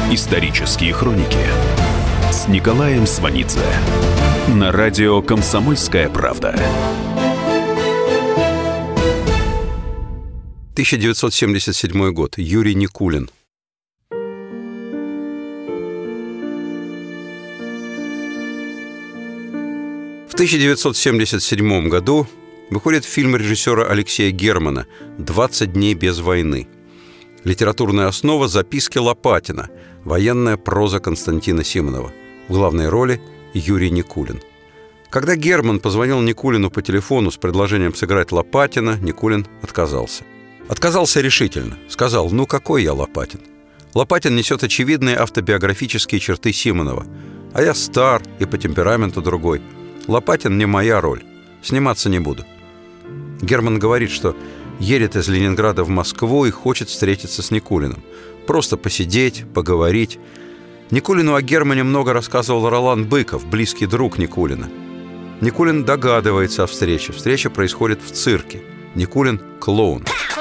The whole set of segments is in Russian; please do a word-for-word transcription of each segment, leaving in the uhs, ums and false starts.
Исторические хроники с Николаем Сванидзе на радио «Комсомольская правда». тысяча девятьсот семьдесят седьмой год. Юрий Никулин. В тысяча девятьсот семьдесят седьмом году выходит фильм режиссера Алексея Германа «двадцать дней без войны». Литературная основа — записки Лопатина, военная проза Константина Симонова. В главной роли Юрий Никулин. Когда Герман позвонил Никулину по телефону с предложением сыграть Лопатина, Никулин отказался. Отказался решительно. Сказал: «Ну какой я Лопатин? Лопатин несет очевидные автобиографические черты Симонова, а я стар и по темпераменту другой. Лопатин не моя роль. Сниматься не буду». Герман говорит, что едет из Ленинграда в Москву и хочет встретиться с Никулиным. Просто посидеть, поговорить. Никулину о Германе много рассказывал Ролан Быков, близкий друг Никулина. Никулин догадывается о встрече. Встреча происходит в цирке. Никулин – клоун.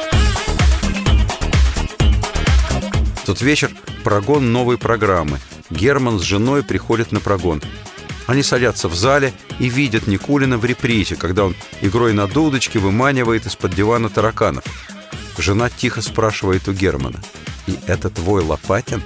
В тот вечер прогон новой программы. Герман с женой приходят на прогон. Они садятся в зале и видят Никулина в репризе, когда он игрой на дудочке выманивает из-под дивана тараканов. Жена тихо спрашивает у Германа: «И это твой Лопатин?»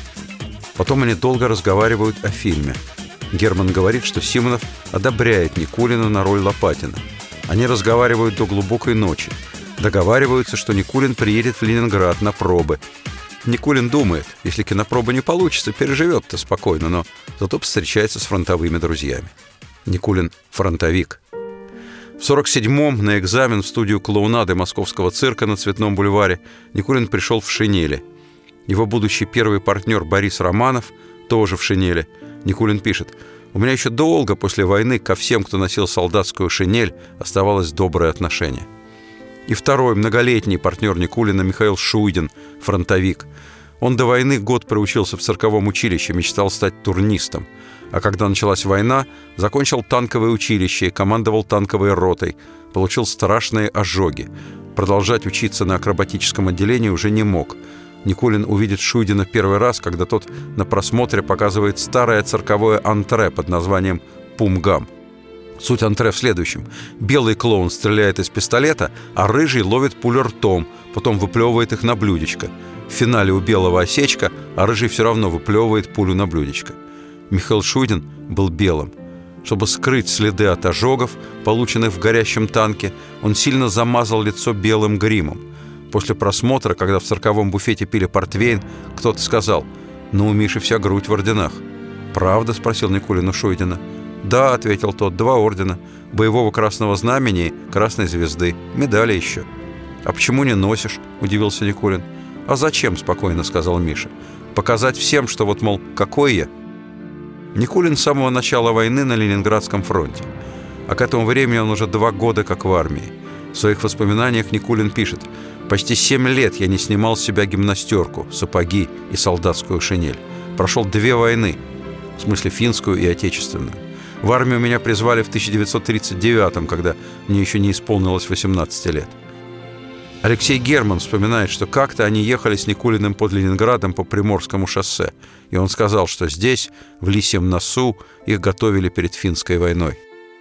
Потом они долго разговаривают о фильме. Герман говорит, что Симонов одобряет Никулина на роль Лопатина. Они разговаривают до глубокой ночи. Договариваются, что Никулин приедет в Ленинград на пробы. Никулин думает, если кинопроба не получится, переживет-то спокойно, но зато встречается с фронтовыми друзьями. Никулин – фронтовик. В сорок седьмом на экзамен в студию клоунады Московского цирка на Цветном бульваре Никулин пришел в шинели. Его будущий первый партнер Борис Романов тоже в шинели. Никулин пишет: «У меня еще долго после войны ко всем, кто носил солдатскую шинель, оставалось доброе отношение». И второй многолетний партнер Никулина Михаил Шуйдин, фронтовик. Он до войны год проучился в цирковом училище, мечтал стать турнистом. А когда началась война, закончил танковое училище и командовал танковой ротой. Получил страшные ожоги. Продолжать учиться на акробатическом отделении уже не мог. Никулин увидит Шуйдина первый раз, когда тот на просмотре показывает старое цирковое антре под названием «Пумгам». Суть антре в следующем. Белый клоун стреляет из пистолета, а рыжий ловит пулю ртом, потом выплевывает их на блюдечко. В финале у белого осечка, а рыжий все равно выплевывает пулю на блюдечко. Михаил Шуйдин был белым. Чтобы скрыть следы от ожогов, полученных в горящем танке, он сильно замазал лицо белым гримом. После просмотра, когда в цирковом буфете пили портвейн, кто-то сказал: «Ну, у Миши вся грудь в орденах». «Правда?» – спросил Никулин у Шуйдина. «Да», — ответил тот, — «два ордена. Боевого красного знамени и красной звезды. Медали еще». «А почему не носишь?» — удивился Никулин. «А зачем?» — спокойно сказал Миша. «Показать всем, что вот, мол, какой я». Никулин с самого начала войны на Ленинградском фронте. А к этому времени он уже два года как в армии. В своих воспоминаниях Никулин пишет: «Почти семь лет я не снимал с себя гимнастерку, сапоги и солдатскую шинель. Прошел две войны, в смысле финскую и отечественную. В армию меня призвали в тысяча девятьсот тридцать девятом, когда мне еще не исполнилось восемнадцати лет». Алексей Герман вспоминает, что как-то они ехали с Никулиным под Ленинградом по Приморскому шоссе, и он сказал, что здесь, в Лисьем носу, их готовили перед финской войной.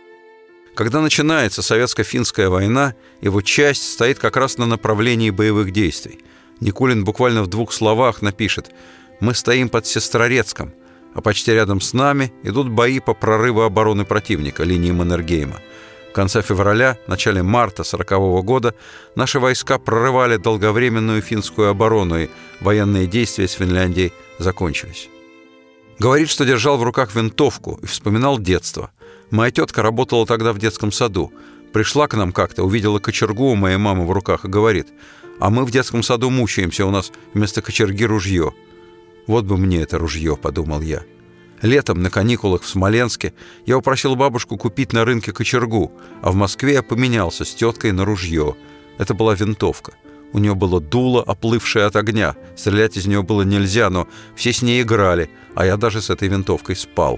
Когда начинается советско-финская война, его часть стоит как раз на направлении боевых действий. Никулин буквально в двух словах напишет: «Мы стоим под Сестрорецком, а почти рядом с нами идут бои по прорыву обороны противника, линии Маннергейма. В конце февраля, начале марта сорокового года наши войска прорывали долговременную финскую оборону, и военные действия с Финляндией закончились». Говорит, что держал в руках винтовку и вспоминал детство. «Моя тетка работала тогда в детском саду. Пришла к нам как-то, увидела кочергу у моей мамы в руках и говорит: а мы в детском саду мучаемся, у нас вместо кочерги ружье». «Вот бы мне это ружье», — подумал я. Летом на каникулах в Смоленске я упросил бабушку купить на рынке кочергу, а в Москве я поменялся с теткой на ружье. Это была винтовка. У нее было дуло, оплывшее от огня. Стрелять из нее было нельзя, но все с ней играли, а я даже с этой винтовкой спал.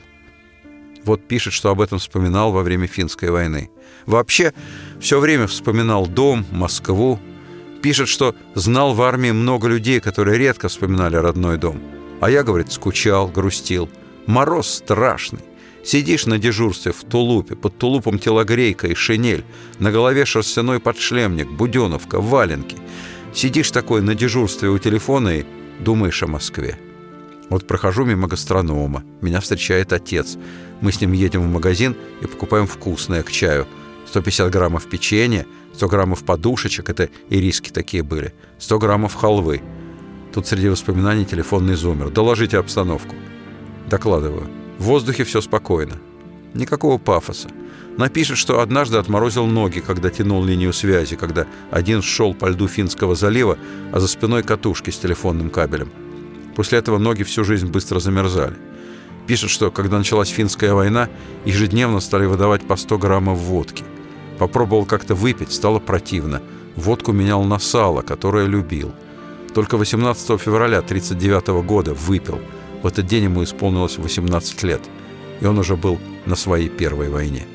Вот пишет, что об этом вспоминал во время финской войны. Вообще, все время вспоминал дом, Москву. Пишет, что знал в армии много людей, которые редко вспоминали родной дом. А я, говорит, скучал, грустил. Мороз страшный. Сидишь на дежурстве в тулупе, под тулупом телогрейка и шинель, на голове шерстяной подшлемник, буденовка, валенки. Сидишь такой на дежурстве у телефона и думаешь о Москве. Вот прохожу мимо гастронома, меня встречает отец. Мы с ним едем в магазин и покупаем вкусное к чаю. сто пятьдесят граммов печенья, сто граммов подушечек, это ириски такие были, сто граммов халвы. Тут среди воспоминаний телефонный зуммер. Доложите обстановку. Докладываю. В воздухе все спокойно. Никакого пафоса. Напишет, что однажды отморозил ноги, когда тянул линию связи, когда один шел по льду Финского залива, а за спиной катушки с телефонным кабелем. После этого ноги всю жизнь быстро замерзали. Пишет, что когда началась финская война, ежедневно стали выдавать по сто граммов водки. Попробовал как-то выпить, стало противно. Водку менял на сало, которое любил. Только восемнадцатого февраля тысяча девятьсот тридцать девятого года выпил. В этот день ему исполнилось восемнадцать лет, и он уже был на своей первой войне.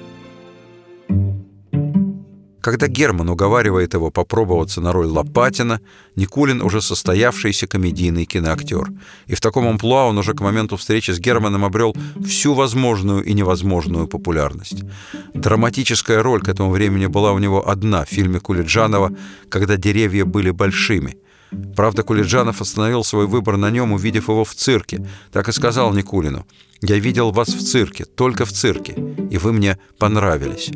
Когда Герман уговаривает его попробоваться на роль Лопатина, Никулин уже состоявшийся комедийный киноактер. И в таком амплуа он уже к моменту встречи с Германом обрел всю возможную и невозможную популярность. Драматическая роль к этому времени была у него одна в фильме Кулиджанова «Когда деревья были большими». Правда, Кулиджанов остановил свой выбор на нем, увидев его в цирке. Так и сказал Никулину: «Я видел вас в цирке, только в цирке, и вы мне понравились».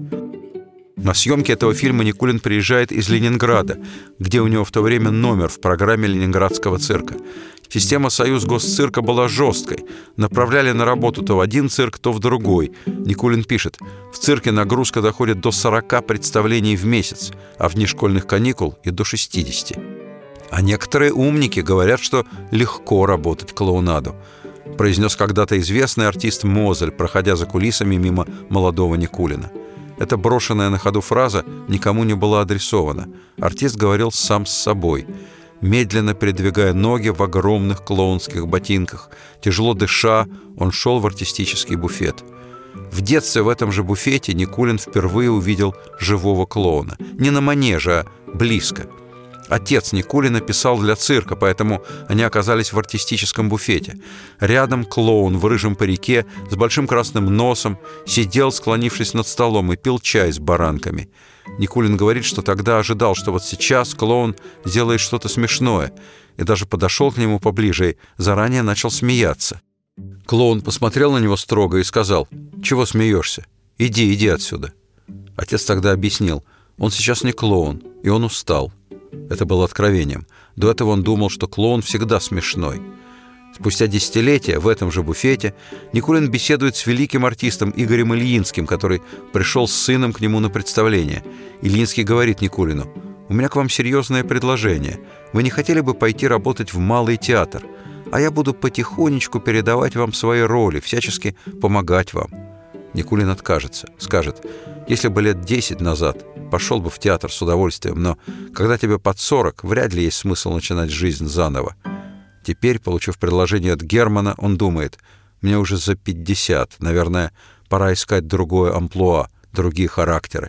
На съемки этого фильма Никулин приезжает из Ленинграда, где у него в то время номер в программе Ленинградского цирка. Система «Союз Госцирка» была жесткой. Направляли на работу то в один цирк, то в другой. Никулин пишет: «В цирке нагрузка доходит до сорока представлений в месяц, а в дни школьных каникул и до шестидесяти». А некоторые умники говорят, что легко работать клоунаду, произнес когда-то известный артист Мозель, проходя за кулисами мимо молодого Никулина. Эта брошенная на ходу фраза никому не была адресована. Артист говорил сам с собой, медленно передвигая ноги в огромных клоунских ботинках. Тяжело дыша, он шел в артистический буфет. В детстве в этом же буфете Никулин впервые увидел живого клоуна. Не на манеже, а близко. Отец Никулина писал для цирка, поэтому они оказались в артистическом буфете. Рядом клоун в рыжем парике с большим красным носом сидел, склонившись над столом, и пил чай с баранками. Никулин говорит, что тогда ожидал, что вот сейчас клоун сделает что-то смешное, и даже подошел к нему поближе и заранее начал смеяться. Клоун посмотрел на него строго и сказал: «Чего смеешься? Иди, иди отсюда». Отец тогда объяснил: он сейчас не клоун, и он устал. Это было откровением. До этого он думал, что клоун всегда смешной. Спустя десятилетия в этом же буфете Никулин беседует с великим артистом Игорем Ильинским, который пришел с сыном к нему на представление. Ильинский говорит Никулину: «У меня к вам серьезное предложение. Вы не хотели бы пойти работать в Малый театр? А я буду потихонечку передавать вам свои роли, всячески помогать вам». Никулин откажется, скажет: «Если бы лет десять назад, пошел бы в театр с удовольствием, но когда тебе под сорок, вряд ли есть смысл начинать жизнь заново». Теперь, получив предложение от Германа, он думает: «Мне уже за пятьдесят, наверное, пора искать другое амплуа, другие характеры».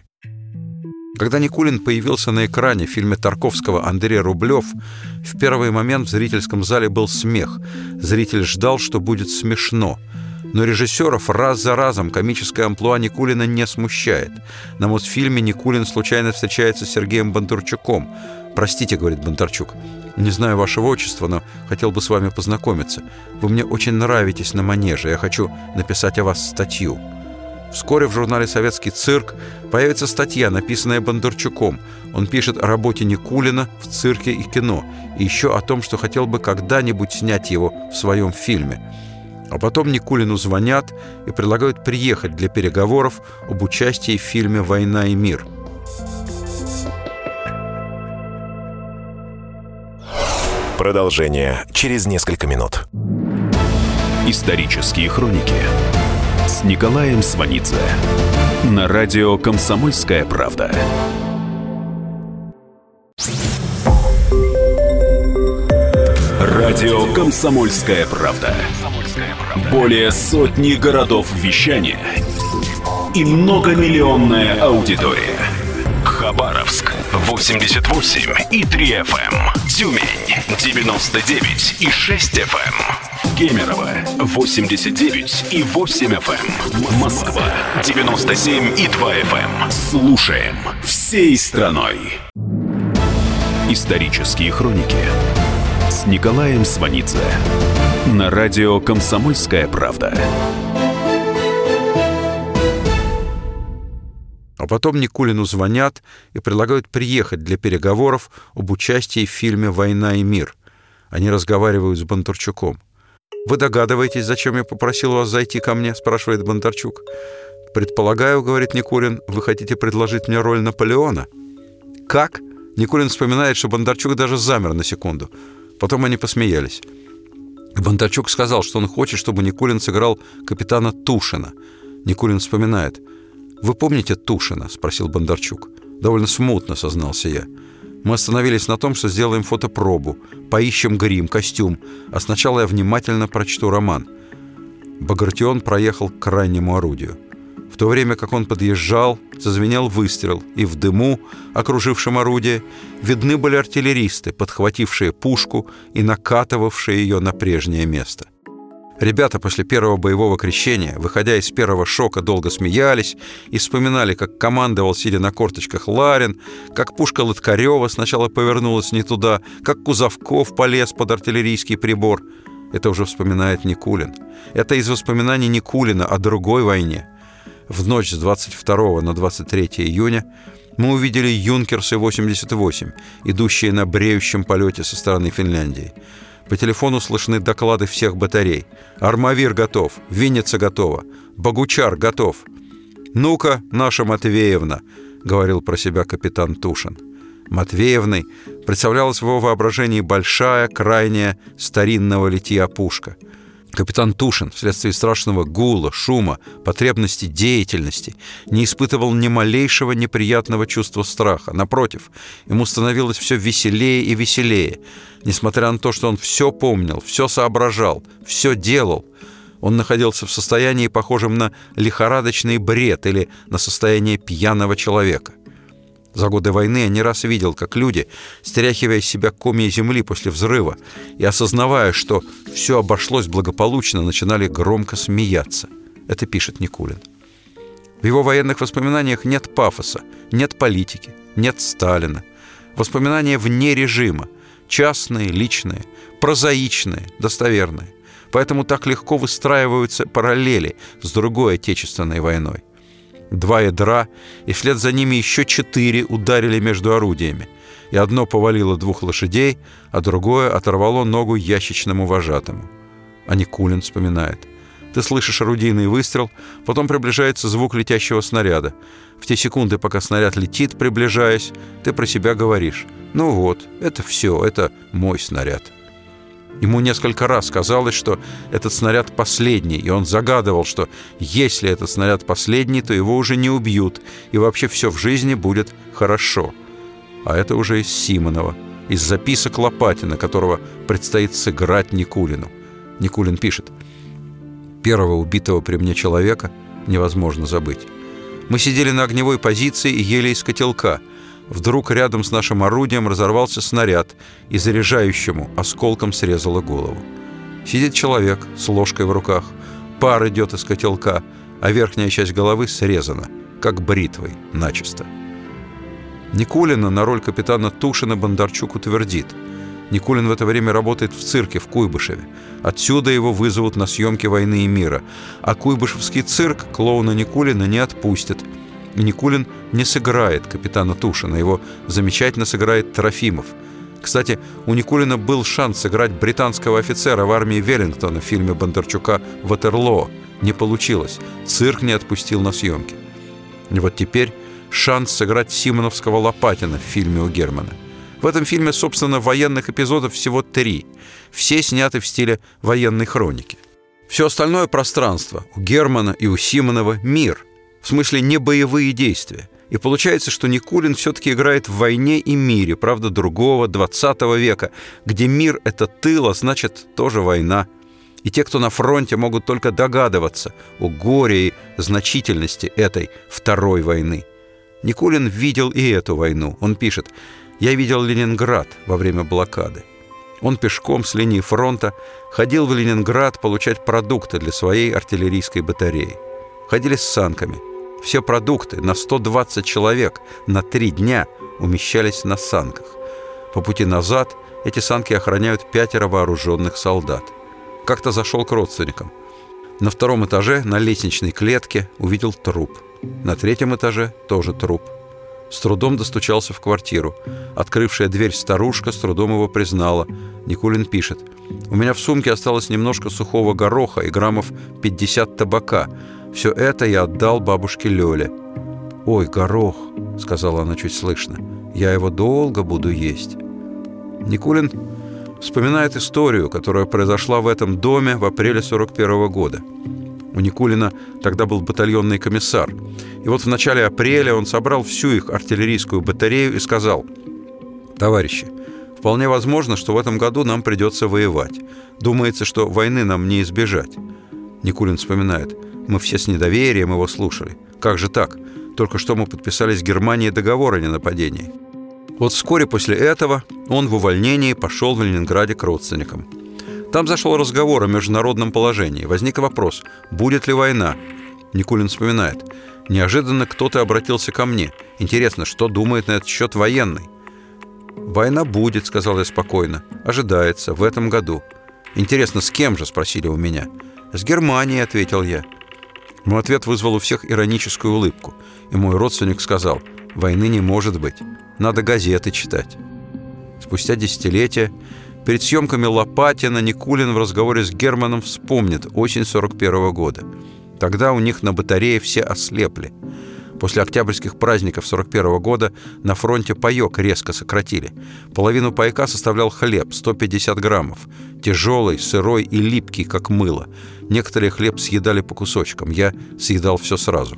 Когда Никулин появился на экране в фильме Тарковского «Андрей Рублев», в первый момент в зрительском зале был смех. Зритель ждал, что будет смешно. Но режиссеров раз за разом комическое амплуа Никулина не смущает. На Мосфильме Никулин случайно встречается с Сергеем Бондарчуком. «Простите, — говорит Бондарчук, — не знаю вашего отчества, но хотел бы с вами познакомиться. Вы мне очень нравитесь на манеже, я хочу написать о вас статью». Вскоре в журнале «Советский цирк» появится статья, написанная Бондарчуком. Он пишет о работе Никулина в цирке и кино, и еще о том, что хотел бы когда-нибудь снять его в своем фильме. А потом Никулину звонят и предлагают приехать для переговоров об участии в фильме «Война и мир». Продолжение через несколько минут. Исторические хроники с Николаем Сванидзе на радио «Комсомольская правда». Радио «Комсомольская правда». Более сотни городов вещания и многомиллионная аудитория. Хабаровск восемьдесят восемь и три эф эм, Тюмень девяносто девять и шесть эф эм, Кемерово восемьдесят девять и восемь эф эм. Москва девяносто семь и два эф эм. Слушаем всей страной. Исторические хроники с Николаем Сванидзе на радио «Комсомольская правда». А потом Никулину звонят и предлагают приехать для переговоров об участии в фильме «Война и мир». Они разговаривают с Бондарчуком. «Вы догадываетесь, зачем я попросил вас зайти ко мне?» – спрашивает Бондарчук. «Предполагаю, — говорит Никулин, — вы хотите предложить мне роль Наполеона?» «Как?» Никулин вспоминает, что Бондарчук даже замер на секунду. Потом они посмеялись. Бондарчук сказал, что он хочет, чтобы Никулин сыграл капитана Тушина. Никулин вспоминает. «Вы помните Тушина?» – спросил Бондарчук. «Довольно смутно», – сознался я. «Мы остановились на том, что сделаем фотопробу, поищем грим, костюм, а сначала я внимательно прочту роман». Багратион проехал к крайнему орудию. В то время как он подъезжал, зазвенел выстрел, и в дыму, окружившем орудие, видны были артиллеристы, подхватившие пушку и накатывавшие ее на прежнее место. Ребята после первого боевого крещения, выходя из первого шока, долго смеялись и вспоминали, как командовал, сидя на корточках, Ларин, как пушка Лыткарева сначала повернулась не туда, как Кузовков полез под артиллерийский прибор. Это уже вспоминает Никулин. Это из воспоминаний Никулина о другой войне. В ночь с двадцать второго на двадцать третье июня мы увидели юнкерсы восемьдесят восемь, идущие на бреющем полете со стороны Финляндии. По телефону слышны доклады всех батарей. «Армавир готов», «Винница готова», «Богучар готов». «Ну-ка, наша Матвеевна», — говорил про себя капитан Тушин. Матвеевной представлялась в его воображении большая, крайняя, старинного литья пушка. Капитан Тушин вследствие страшного гула, шума, потребности деятельности не испытывал ни малейшего неприятного чувства страха. Напротив, ему становилось все веселее и веселее. Несмотря на то, что он все помнил, все соображал, все делал, он находился в состоянии, похожем на лихорадочный бред или на состояние пьяного человека. За годы войны я не раз видел, как люди, стряхивая с себя комья земли после взрыва и осознавая, что все обошлось благополучно, начинали громко смеяться. Это пишет Никулин. В его военных воспоминаниях нет пафоса, нет политики, нет Сталина. Воспоминания вне режима, частные, личные, прозаичные, достоверные. Поэтому так легко выстраиваются параллели с другой Отечественной войной. Два ядра, и вслед за ними еще четыре ударили между орудиями. И одно повалило двух лошадей, а другое оторвало ногу ящичному вожатому. А Никулин вспоминает. Ты слышишь орудийный выстрел, потом приближается звук летящего снаряда. В те секунды, пока снаряд летит, приближаясь, ты про себя говоришь: ну вот, это все, это мой снаряд. Ему несколько раз казалось, что этот снаряд последний, и он загадывал, что если этот снаряд последний, то его уже не убьют, и вообще все в жизни будет хорошо. А это уже из Симонова, из записок Лопатина, которого предстоит сыграть Никулину. Никулин пишет: «Первого убитого при мне человека невозможно забыть. Мы сидели на огневой позиции и ели из котелка. Вдруг рядом с нашим орудием разорвался снаряд, и заряжающему осколком срезало голову. Сидит человек с ложкой в руках, пар идет из котелка, а верхняя часть головы срезана, как бритвой, начисто». Никулина на роль капитана Тушина Бондарчук утвердит. Никулин в это время работает в цирке в Куйбышеве. Отсюда его вызовут на съемки «Войны и мира». А куйбышевский цирк клоуна Никулина не отпустит. И Никулин не сыграет капитана Тушина, его замечательно сыграет Трофимов. Кстати, у Никулина был шанс сыграть британского офицера в армии Веллингтона в фильме Бондарчука «Ватерлоо». Не получилось. Цирк не отпустил на съемки. И вот теперь шанс сыграть симоновского Лопатина в фильме у Германа. В этом фильме, собственно, военных эпизодов всего три. Все сняты в стиле военной хроники. Все остальное пространство у Германа и у Симонова – мир. В смысле, не боевые действия. И получается, что Никулин все-таки играет в «Войне и мире», правда, другого, двадцатого века, где мир – это тыл, а значит, тоже война. И те, кто на фронте, могут только догадываться о горе и значительности этой второй войны. Никулин видел и эту войну. Он пишет: «Я видел Ленинград во время блокады». Он пешком с линии фронта ходил в Ленинград получать продукты для своей артиллерийской батареи. Ходили с санками. Все продукты на сто двадцать человек на три дня умещались на санках. По пути назад эти санки охраняют пятеро вооруженных солдат. Как-то зашел к родственникам. На втором этаже на лестничной клетке увидел труп. На третьем этаже тоже труп. С трудом достучался в квартиру. Открывшая дверь старушка с трудом его признала. Никулин пишет: «У меня в сумке осталось немножко сухого гороха и граммов пятьдесят табака. Все это я отдал бабушке Лёле». «Ой, горох», — сказала она чуть слышно, — «я его долго буду есть». Никулин вспоминает историю, которая произошла в этом доме в апреле сорок первого года. У Никулина тогда был батальонный комиссар. И вот в начале апреля он собрал всю их артиллерийскую батарею и сказал: «Товарищи, вполне возможно, что в этом году нам придется воевать. Думается, что войны нам не избежать». Никулин вспоминает: «Мы все с недоверием его слушали. Как же так? Только что мы подписали с Германией договор о ненападении». Вот вскоре после этого он в увольнении пошел в Ленинграде к родственникам. Там зашел разговор о международном положении. Возник вопрос, будет ли война. Никулин вспоминает: «Неожиданно кто-то обратился ко мне. Интересно, что думает на этот счет военный?» «Война будет», — сказал я спокойно. «Ожидается, в этом году». «Интересно, с кем же?» — спросили у меня. «С Германией», — ответил я. Мой ответ вызвал у всех ироническую улыбку. И мой родственник сказал: «Войны не может быть. Надо газеты читать». Спустя десятилетия, перед съемками «Лопатина», Никулин в разговоре с Германом вспомнит осень сорок первого года. Тогда у них на батарее все ослепли. После октябрьских праздников сорок первого года на фронте паёк резко сократили. Половину пайка составлял хлеб, сто пятьдесят граммов. Тяжелый, сырой и липкий, как мыло. Некоторые хлеб съедали по кусочкам. Я съедал все сразу.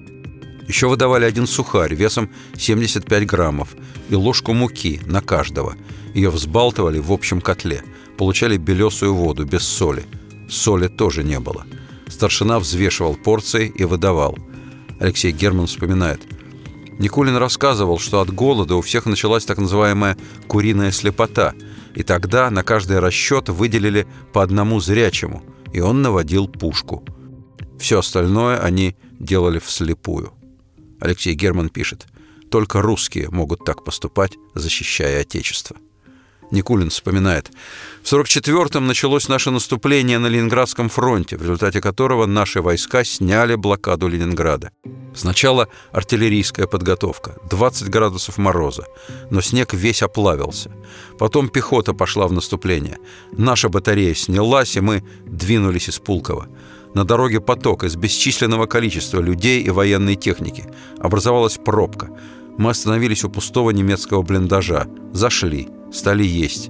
Еще выдавали один сухарь весом семьдесят пять граммов и ложку муки на каждого. Ее взбалтывали в общем котле. Получали белесую воду, без соли. Соли тоже не было. Старшина взвешивал порции и выдавал. Алексей Герман вспоминает: Никулин рассказывал, что от голода у всех началась так называемая куриная слепота, и тогда на каждый расчет выделили по одному зрячему, и он наводил пушку. Все остальное они делали вслепую. Алексей Герман пишет: «Только русские могут так поступать, защищая Отечество». Никулин вспоминает: «В сорок четвёртом началось наше наступление на Ленинградском фронте, в результате которого наши войска сняли блокаду Ленинграда. Сначала артиллерийская подготовка, двадцать градусов мороза, но снег весь оплавился. Потом пехота пошла в наступление. Наша батарея снялась, и мы двинулись из Пулково. На дороге поток из бесчисленного количества людей и военной техники. Образовалась пробка. Мы остановились у пустого немецкого блиндажа. Зашли, стали есть.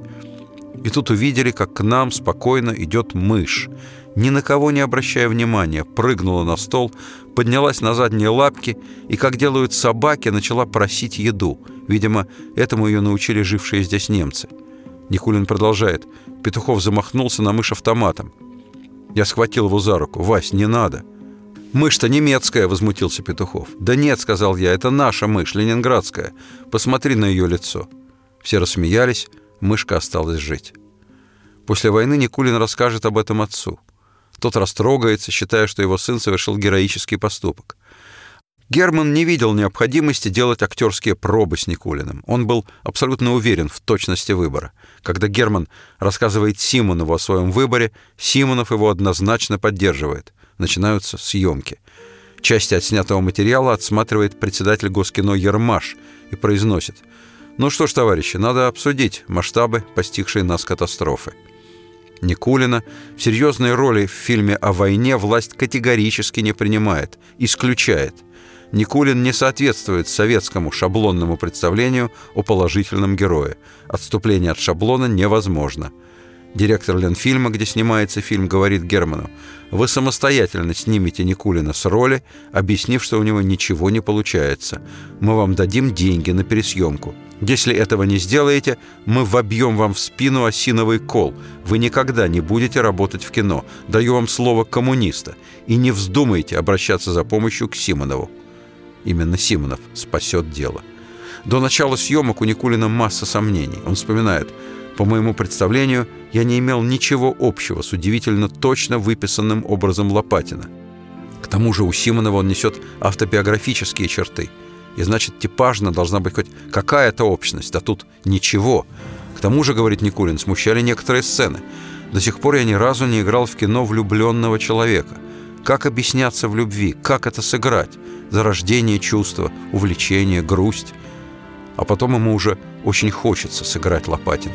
И тут увидели, как к нам спокойно идет мышь. Ни на кого не обращая внимания, прыгнула на стол, поднялась на задние лапки и, как делают собаки, начала просить еду. Видимо, этому ее научили жившие здесь немцы». Никулин продолжает: «Петухов замахнулся на мышь автоматом. Я схватил его за руку. «Вась, не надо». «Мышь-то немецкая», — возмутился Петухов. «Да нет», — сказал я, — «это наша мышь, ленинградская. Посмотри на ее лицо». Все рассмеялись, мышка осталась жить. После войны Никулин расскажет об этом отцу. Тот растрогается, считая, что его сын совершил героический поступок. Герман не видел необходимости делать актерские пробы с Никулиным. Он был абсолютно уверен в точности выбора. Когда Герман рассказывает Симонову о своем выборе, Симонов его однозначно поддерживает. Начинаются съемки. Части отснятого материала отсматривает председатель Госкино Ермаш и произносит: «Ну что ж, товарищи, надо обсудить масштабы постигшей нас катастрофы». Никулина в серьезной роли в фильме о войне власть категорически не принимает, исключает. Никулин не соответствует советскому шаблонному представлению о положительном герое. Отступление от шаблона невозможно. Директор Ленфильма, где снимается фильм, говорит Герману: «Вы самостоятельно снимете Никулина с роли, объяснив, что у него ничего не получается. Мы вам дадим деньги на пересъемку. Если этого не сделаете, мы вобьем вам в спину осиновый кол. Вы никогда не будете работать в кино. Даю вам слово коммуниста. И не вздумайте обращаться за помощью к Симонову». Именно Симонов спасет дело. До начала съемок у Никулина масса сомнений. Он вспоминает: По моему представлению, я не имел ничего общего с удивительно точно выписанным образом Лопатина. К тому же у Симонова он несет автобиографические черты. И значит, типажно должна быть хоть какая-то общность, а тут ничего. К тому же, говорит Никулин, смущали некоторые сцены. До сих пор я ни разу не играл в кино влюбленного человека. Как объясняться в любви? Как это сыграть? Зарождение чувства, увлечение, грусть. А потом ему уже очень хочется сыграть Лопатина.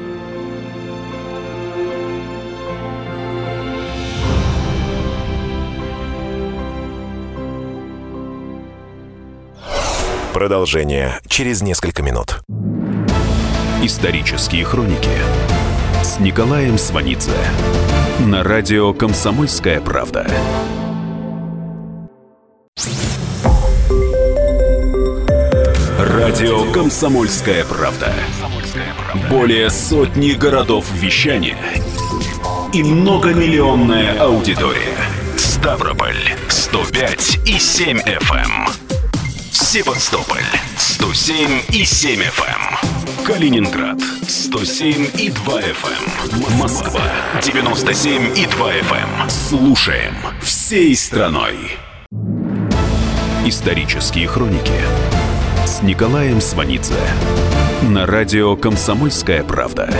Продолжение через несколько минут. Исторические хроники с Николаем Сванидзе на радио «Комсомольская правда». Радио «Комсомольская правда». Более сотни городов вещания и многомиллионная аудитория. Ставрополь сто пять и семь эф эм. Севастополь сто семь и семь эф эм. Калининград сто семь и два эф эм. Москва девяносто семь и два эф эм. Слушаем всей страной. Исторические хроники с Николаем Сванидзе на радио «Комсомольская правда».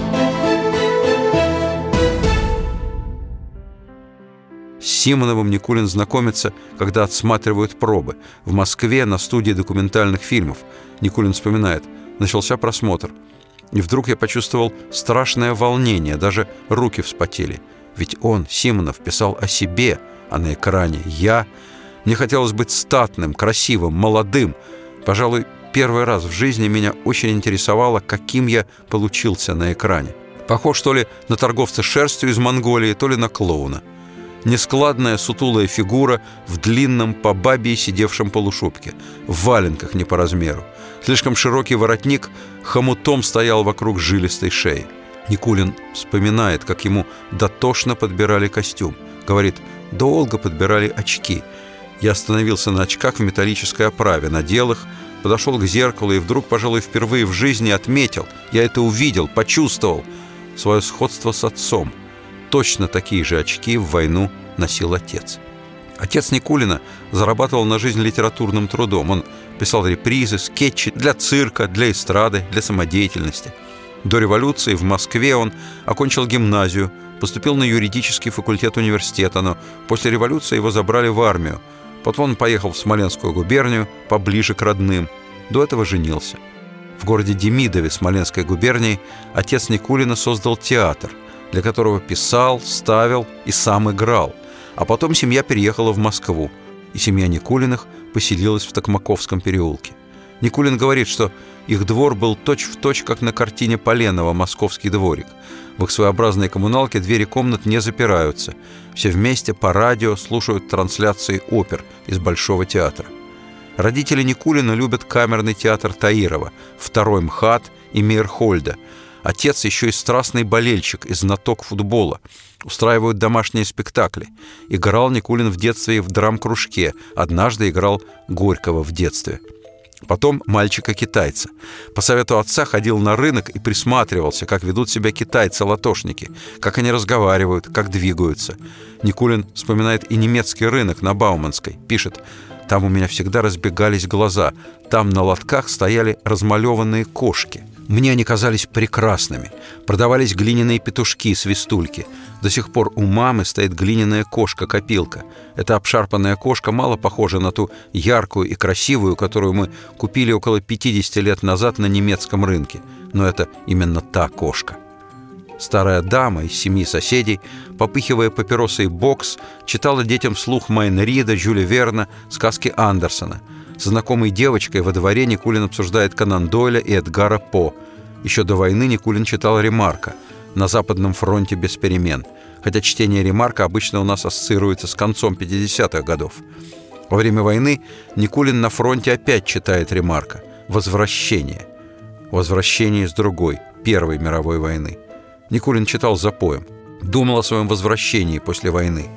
С Симоновым Никулин знакомится, когда отсматривают пробы. В Москве на студии документальных фильмов. Никулин вспоминает: начался просмотр. И вдруг я почувствовал страшное волнение, даже руки вспотели. Ведь он, Симонов, писал о себе, а на экране я. Мне хотелось быть статным, красивым, молодым. Пожалуй, первый раз в жизни меня очень интересовало, каким я получился на экране. Похож то ли на торговца шерстью из Монголии, то ли на клоуна. Нескладная сутулая фигура в длинном по бабье сидевшем полушубке, в валенках не по размеру. Слишком широкий воротник хомутом стоял вокруг жилистой шеи. Никулин вспоминает, как ему дотошно подбирали костюм. Говорит: долго подбирали очки. Я остановился на очках в металлической оправе, надел их, подошел к зеркалу и вдруг, пожалуй, впервые в жизни отметил, я это увидел, почувствовал, свое сходство с отцом. Точно такие же очки в войну носил отец. Отец Никулина зарабатывал на жизнь литературным трудом. Он писал репризы, скетчи для цирка, для эстрады, для самодеятельности. До революции в Москве он окончил гимназию, поступил на юридический факультет университета, но после революции его забрали в армию. Потом он поехал в Смоленскую губернию, поближе к родным. До этого женился. В городе Демидове Смоленской губернии отец Никулина создал театр, для которого писал, ставил и сам играл. А потом семья переехала в Москву, и семья Никулиных поселилась в Токмаковском переулке. Никулин говорит, что их двор был точь-в-точь, как на картине Поленова «Московский дворик». В их своеобразной коммуналке двери комнат не запираются. Все вместе по радио слушают трансляции опер из Большого театра. Родители Никулина любят камерный театр Таирова, второй МХАТ и Мейерхольда. Отец еще и страстный болельщик и знаток футбола. Устраивают домашние спектакли. Играл Никулин в детстве и в драм-кружке. Однажды играл Горького в детстве. Потом мальчика-китайца. По совету отца ходил на рынок и присматривался, как ведут себя китайцы-латошники, как они разговаривают, как двигаются. Никулин вспоминает и немецкий рынок на Бауманской. Пишет: «Там у меня всегда разбегались глаза. Там на лотках стояли размалеванные кошки. Мне они казались прекрасными. Продавались глиняные петушки, свистульки. До сих пор у мамы стоит глиняная кошка-копилка. Эта обшарпанная кошка мало похожа на ту яркую и красивую, которую мы купили около пятьдесят лет назад на немецком рынке. Но это именно та кошка». Старая дама из семьи соседей, попыхивая папиросой бокс, читала детям вслух Майн Рида, Жюля Верна, сказки Андерсона. С знакомой девочкой во дворе Никулин обсуждает Конан Дойля и Эдгара По. Еще до войны Никулин читал Ремарка «На Западном фронте без перемен», хотя чтение Ремарка обычно у нас ассоциируется с концом пятидесятых годов. Во время войны Никулин на фронте опять читает Ремарка «Возвращение». «Возвращение» с другой, Первой мировой войны. Никулин читал запоем. Думал о своем возвращении после войны.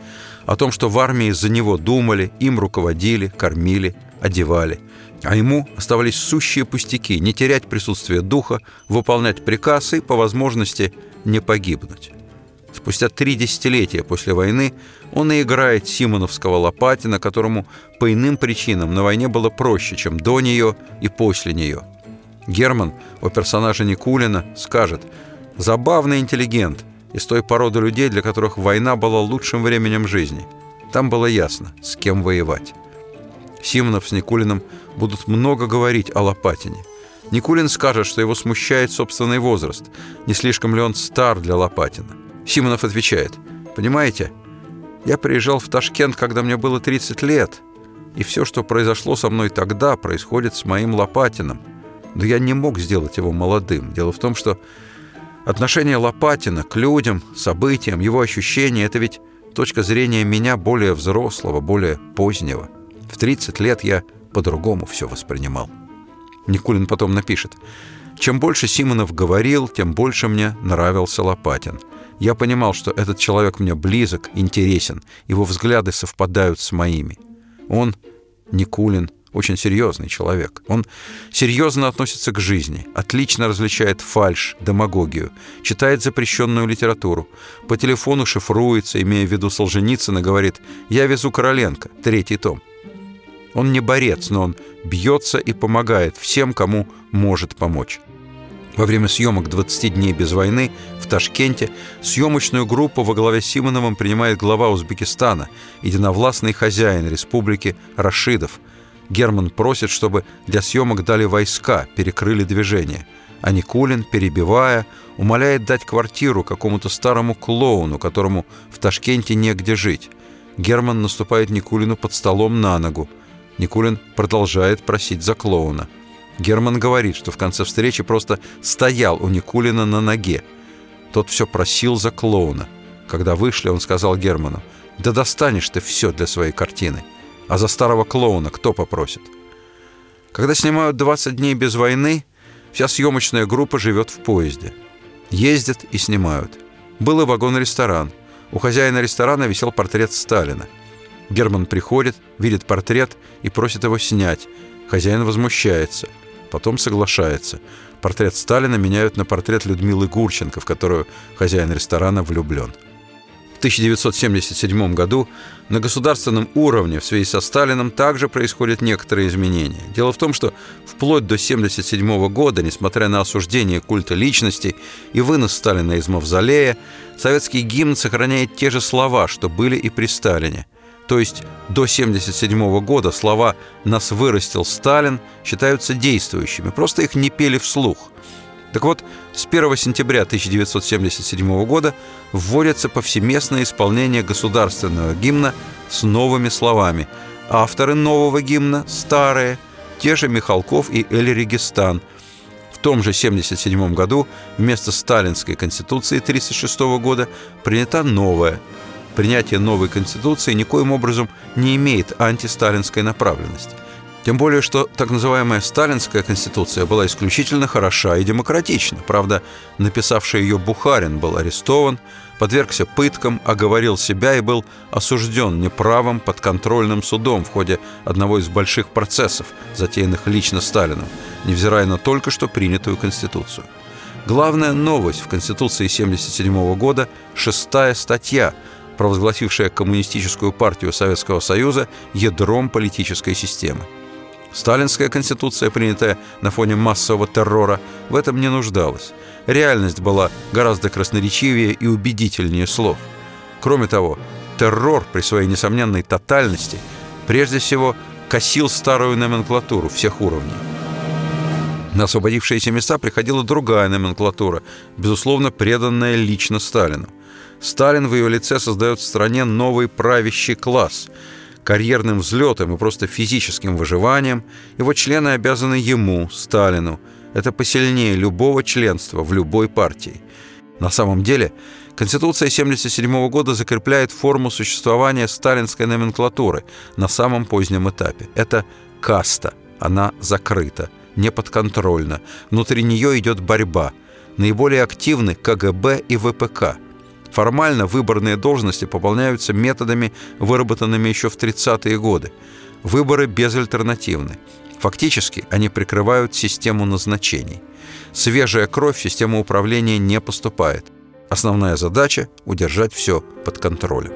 о том, что в армии за него думали, им руководили, кормили, одевали. А ему оставались сущие пустяки – не терять присутствие духа, выполнять приказ и, по возможности, не погибнуть. Спустя три десятилетия после войны он и играет симоновского Лопатина, которому по иным причинам на войне было проще, чем до нее и после нее. Герман о персонаже Никулина скажет: «Забавный интеллигент из той породы людей, для которых война была лучшим временем жизни. Там было ясно, с кем воевать». Симонов с Никулиным будут много говорить о Лопатине. Никулин скажет, что его смущает собственный возраст, не слишком ли он стар для Лопатина. Симонов отвечает: «Понимаете, я приезжал в Ташкент, когда мне было тридцать лет, и все, что произошло со мной тогда, происходит с моим Лопатиным. Но я не мог сделать его молодым. Дело в том, что отношение Лопатина к людям, событиям, его ощущения – это ведь точка зрения меня более взрослого, более позднего. В тридцать лет я по-другому все воспринимал». Никулин потом напишет: «Чем больше Симонов говорил, тем больше мне нравился Лопатин. Я понимал, что этот человек мне близок, интересен, его взгляды совпадают с моими. Он, Никулин, очень серьезный человек. Он серьезно относится к жизни, отлично различает фальшь, демагогию, читает запрещенную литературу, по телефону шифруется, имея в виду Солженицына, говорит: «Я везу Короленко, третий том». Он не борец, но он бьется и помогает всем, кому может помочь. Во время съемок «двадцати дней без войны» в Ташкенте съемочную группу во главе с Симоновым принимает глава Узбекистана, единовластный хозяин республики Рашидов. Герман просит, чтобы для съемок дали войска, перекрыли движение. А Никулин, перебивая, умоляет дать квартиру какому-то старому клоуну, которому в Ташкенте негде жить. Герман наступает Никулину под столом на ногу. Никулин продолжает просить за клоуна. Герман говорит, что в конце встречи просто стоял у Никулина на ноге. Тот все просил за клоуна. Когда вышли, он сказал Герману: «Да достанешь ты все для своей картины. А за старого клоуна кто попросит?» Когда снимают «двадцать дней без войны», вся съемочная группа живет в поезде. Ездят и снимают. Был и вагон-ресторан. У хозяина ресторана висел портрет Сталина. Герман приходит, видит портрет и просит его снять. Хозяин возмущается. Потом соглашается. Портрет Сталина меняют на портрет Людмилы Гурченко, в которую хозяин ресторана влюблен. В тысяча девятьсот семьдесят седьмом году на государственном уровне в связи со Сталином также происходят некоторые изменения. Дело в том, что вплоть до семьдесят седьмого года, несмотря на осуждение культа личности и вынос Сталина из мавзолея, советский гимн сохраняет те же слова, что были и при Сталине. То есть до семьдесят седьмого года слова «нас вырастил Сталин» считаются действующими, просто их не пели вслух. Так вот, с первого сентября тысяча девятьсот семьдесят седьмого года вводится повсеместное исполнение государственного гимна с новыми словами. Авторы нового гимна старые, те же Михалков и Эль-Регистан. В том же семьдесят седьмом году вместо сталинской конституции тридцать шестого года принята новая. Принятие новой конституции никоим образом не имеет антисталинской направленности. Тем более, что так называемая сталинская конституция была исключительно хороша и демократична. Правда, написавший ее Бухарин был арестован, подвергся пыткам, оговорил себя и был осужден неправым подконтрольным судом в ходе одного из больших процессов, затеянных лично Сталином, невзирая на только что принятую конституцию. Главная новость в конституции семьдесят седьмого года – шестая статья, провозгласившая коммунистическую партию Советского Союза ядром политической системы. Сталинская конституция, принятая на фоне массового террора, в этом не нуждалась. Реальность была гораздо красноречивее и убедительнее слов. Кроме того, террор при своей несомненной тотальности прежде всего косил старую номенклатуру всех уровней. На освободившиеся места приходила другая номенклатура, безусловно, преданная лично Сталину. Сталин в ее лице создает в стране новый правящий класс. Карьерным взлетом и просто физическим выживанием его члены обязаны ему, Сталину. Это посильнее любого членства в любой партии. На самом деле, Конституция семьдесят седьмого года закрепляет форму существования сталинской номенклатуры на самом позднем этапе. Это каста. Она закрыта, неподконтрольна. Внутри нее идет борьба. Наиболее активны ка гэ бэ и вэ пэ ка. Формально выборные должности пополняются методами, выработанными еще в тридцатые годы. Выборы безальтернативны. Фактически они прикрывают систему назначений. Свежая кровь в систему управления не поступает. Основная задача – удержать все под контролем.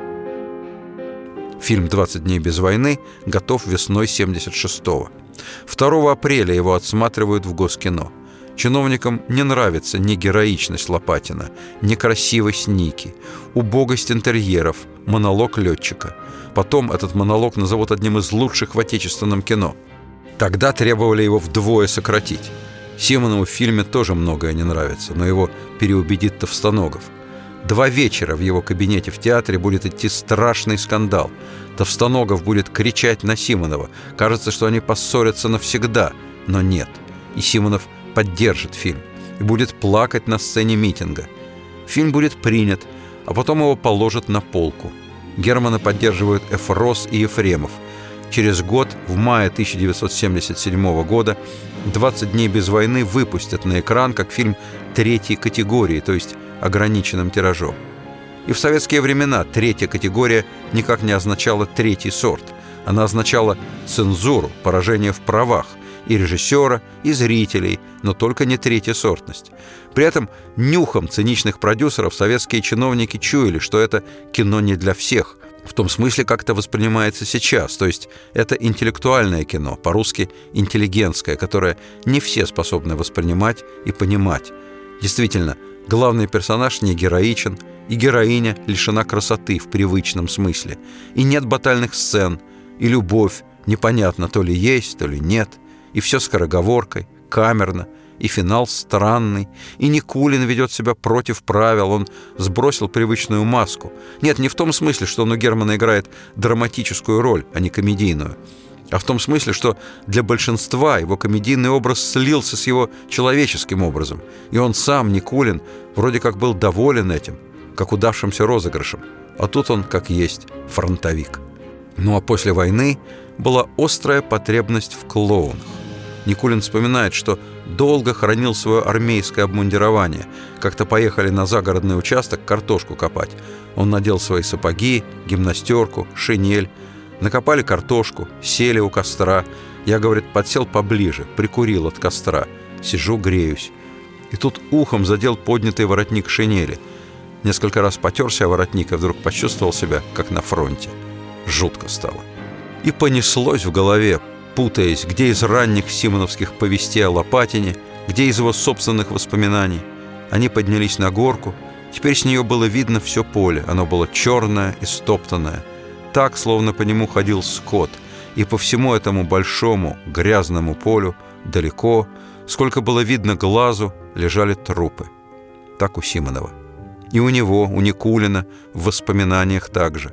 Фильм «двадцать дней без войны» готов весной семьдесят шестого. второго апреля его отсматривают в Госкино. Чиновникам не нравится ни героичность Лопатина, ни красивость Ники, убогость интерьеров, монолог летчика. Потом этот монолог назовут одним из лучших в отечественном кино. Тогда требовали его вдвое сократить. Симонову в фильме тоже многое не нравится, но его переубедит Товстоногов. Два вечера в его кабинете в театре будет идти страшный скандал. Товстоногов будет кричать на Симонова. Кажется, что они поссорятся навсегда, но нет. И Симонов поддержит фильм и будет плакать на сцене митинга. Фильм будет принят, а потом его положат на полку. Германа поддерживают Эфрос и Ефремов. Через год, в мае тысяча девятьсот семьдесят седьмого года, «двадцать дней без войны» выпустят на экран как фильм третьей категории, то есть ограниченным тиражом. И в советские времена третья категория никак не означала третий сорт. Она означала цензуру, поражение в правах и режиссера, и зрителей, но только не третьесортность. При этом нюхом циничных продюсеров советские чиновники чуяли, что это кино не для всех, в том смысле, как это воспринимается сейчас. То есть это интеллектуальное кино, по-русски интеллигентское, которое не все способны воспринимать и понимать. Действительно, главный персонаж не героичен, и героиня лишена красоты в привычном смысле. И нет батальных сцен, и любовь непонятно то ли есть, то ли нет. И все скороговоркой, камерно, и финал странный, и Никулин ведет себя против правил, он сбросил привычную маску. Нет, не в том смысле, что он у Германа играет драматическую роль, а не комедийную, а в том смысле, что для большинства его комедийный образ слился с его человеческим образом, и он сам, Никулин, вроде как был доволен этим, как удавшимся розыгрышем, а тут он, как есть, фронтовик. Ну а после войны была острая потребность в клоунах. Никулин вспоминает, что долго хранил свое армейское обмундирование. Как-то поехали на загородный участок картошку копать. Он надел свои сапоги, гимнастерку, шинель. Накопали картошку, сели у костра. Я, говорит, подсел поближе, прикурил от костра. Сижу, греюсь. И тут ухом задел поднятый воротник шинели. Несколько раз потерся о воротник и вдруг почувствовал себя, как на фронте. Жутко стало. И понеслось в голове, путаясь, где из ранних симоновских повестей о Лопатине, где из его собственных воспоминаний. Они поднялись на горку. Теперь с нее было видно все поле. Оно было черное и стоптанное. Так, словно по нему ходил скот. И по всему этому большому грязному полю, далеко, сколько было видно глазу, лежали трупы. Так у Симонова. И у него, у Никулина, в воспоминаниях также.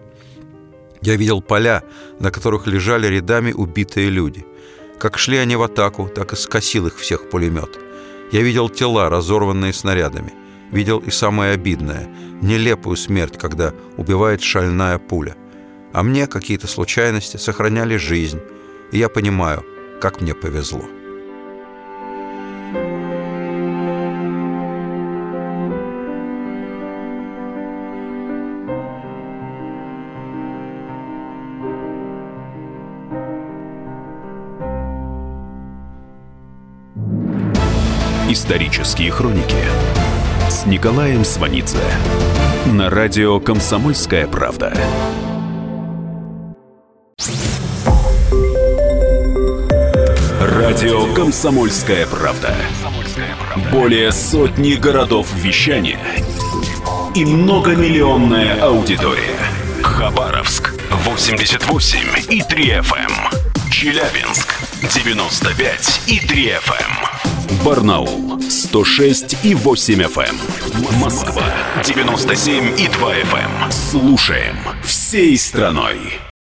Я видел поля, на которых лежали рядами убитые люди. Как шли они в атаку, так и скосил их всех пулемет. Я видел тела, разорванные снарядами. Видел и самое обидное – нелепую смерть, когда убивает шальная пуля. А мне какие-то случайности сохраняли жизнь. И я понимаю, как мне повезло. Исторические хроники с Николаем Сванидзе на радио «Комсомольская правда». Радио «Комсомольская правда». Более сотни городов вещания и многомиллионная аудитория. Хабаровск восемьдесят восемь и три эф эм, Челябинск девяносто пять и три эф эм, Барнаул сто шесть и восемь эф эм, Москва девяносто семь и два эф эм. Слушаем всей страной.